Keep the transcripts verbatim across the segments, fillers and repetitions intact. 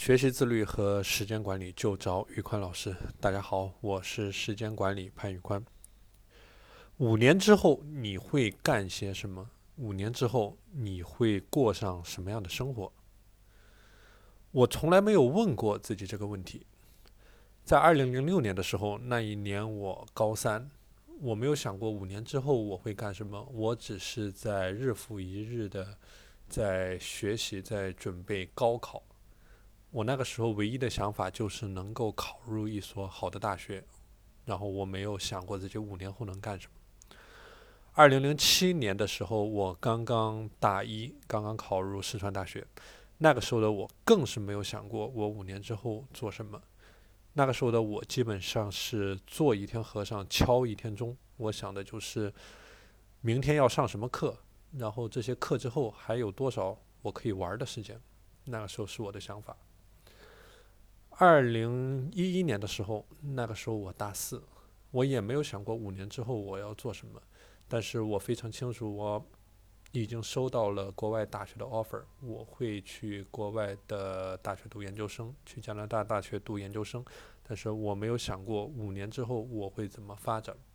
学习自律和时间管理就找宇宽老师。大家好，我是时间管理潘宇宽。五年之后你会干些什么？五年之后你会过上什么样的生活？我从来没有问过自己这个问题。在二零零六年的时候，那一年我高三，我没有想过五年之后我会干什么，我只是在日复一日的在学习，在准备高考。我那个时候唯一的想法就是能够考入一所好的大学，然后我没有想过自己五年后能干什么。二零零七年的时候，我刚刚大一，刚刚考入四川大学，那个时候的我更是没有想过我五年之后做什么。那个时候的我基本上是做一天和尚敲一天钟，我想的就是明天要上什么课，然后这些课之后还有多少我可以玩的时间，那个时候是我的想法。二零一一年的时候，那个时候我大四，我也没有想过五年之后我要做什么，但是我非常清楚，我已经收到了国外大学的 offer，我会去国外的大学读研究生，去加拿大大学读研究生，但是我没有想过五年之后我会怎么发展。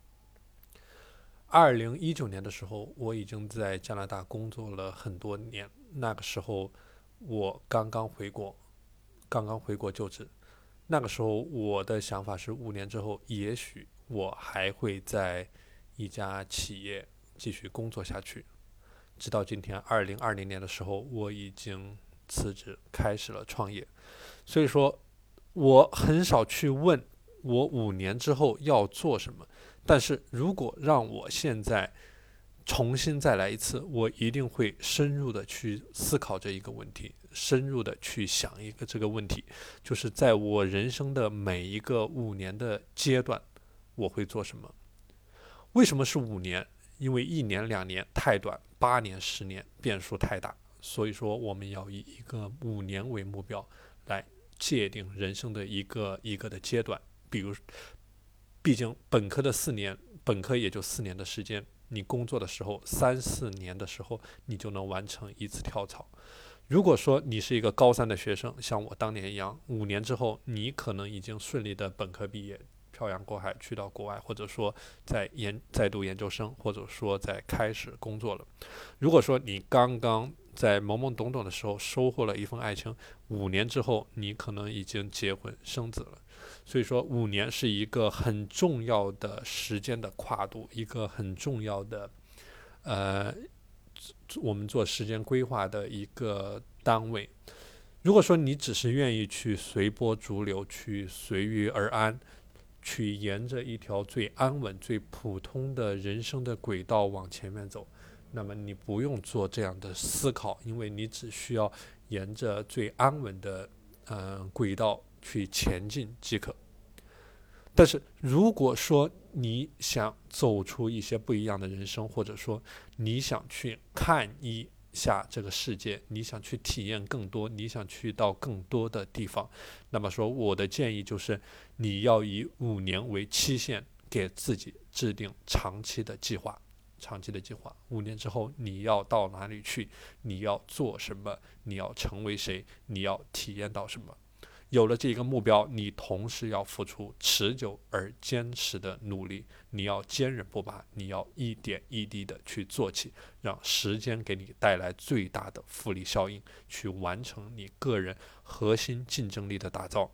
二零一九年的时候，我已经在加拿大工作了很多年，那个时候我刚刚回国。刚刚回国就职，那个时候我的想法是，五年之后，也许我还会在一家企业继续工作下去。直到今天，二零二零年的时候，我已经辞职，开始了创业。所以说，我很少去问我五年之后要做什么。但是如果让我现在重新再来一次，我一定会深入的去思考这一个问题，深入的去想一个这个问题，就是在我人生的每一个五年的阶段，我会做什么？为什么是五年？因为一年两年太短，八年十年变数太大，所以说我们要以一个五年为目标来界定人生的一个一个的阶段。比如，毕竟本科的四年，本科也就四年的时间。你工作的时候，三四年的时候，你就能完成一次跳槽。如果说你是一个高三的学生，像我当年一样，五年之后，你可能已经顺利的本科毕业，漂洋过海去到国外，或者说在研在读研究生，或者说在开始工作了。如果说你刚刚在懵懵懂懂的时候收获了一份爱情，五年之后，你可能已经结婚生子了。所以说，五年是一个很重要的时间的跨度，一个很重要的，呃，我们做时间规划的一个单位。如果说你只是愿意去随波逐流，去随遇而安，去沿着一条最安稳、最普通的人生的轨道往前面走，那么你不用做这样的思考，因为你只需要沿着最安稳的呃轨道去前进即可。但是如果说你想走出一些不一样的人生，或者说你想去看一下这个世界，你想去体验更多，你想去到更多的地方，那么说我的建议就是你要以五年为期限，给自己制定长期的计划。长期的计划，五年之后你要到哪里去？你要做什么？你要成为谁？你要体验到什么？有了这个目标，你同时要付出持久而坚持的努力，你要坚韧不拔，你要一点一滴的去做起，让时间给你带来最大的复利效应，去完成你个人核心竞争力的打造。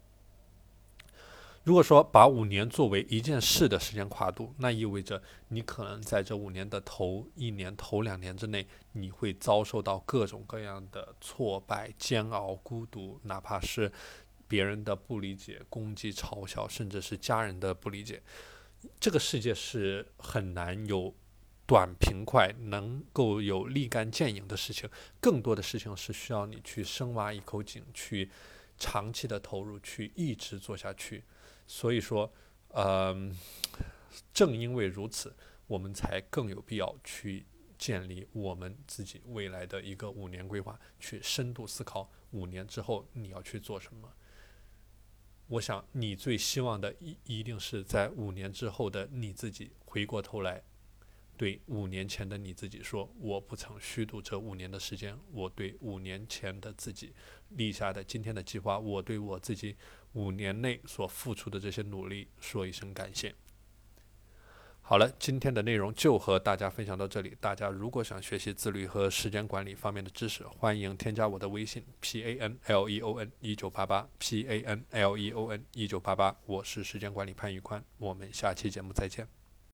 如果说把五年作为一件事的时间跨度，那意味着你可能在这五年的头一年、头两年之内，你会遭受到各种各样的挫败、煎熬、孤独，哪怕是别人的不理解、攻击、嘲笑，甚至是家人的不理解。这个世界是很难有短平快，能够有立竿见影的事情，更多的事情是需要你去深挖一口井，去长期的投入，去一直做下去。所以说，嗯，正因为如此，我们才更有必要去建立我们自己未来的一个五年规划，去深度思考五年之后你要去做什么。我想你最希望的一一定是在五年之后的你自己回过头来对五年前的你自己说，我不曾虚度这五年的时间，我对五年前的自己立下的今天的计划，我对我自己五年内所付出的这些努力说一声感谢。好了，今天的内容就和大家分享到这里。大家如果想学习自律和时间管理方面的知识，欢迎添加我的微信 P A N L E O N 一九八八 P A N L E O N 一九八八，我是时间管理潘宇宽，我们下期节目再见。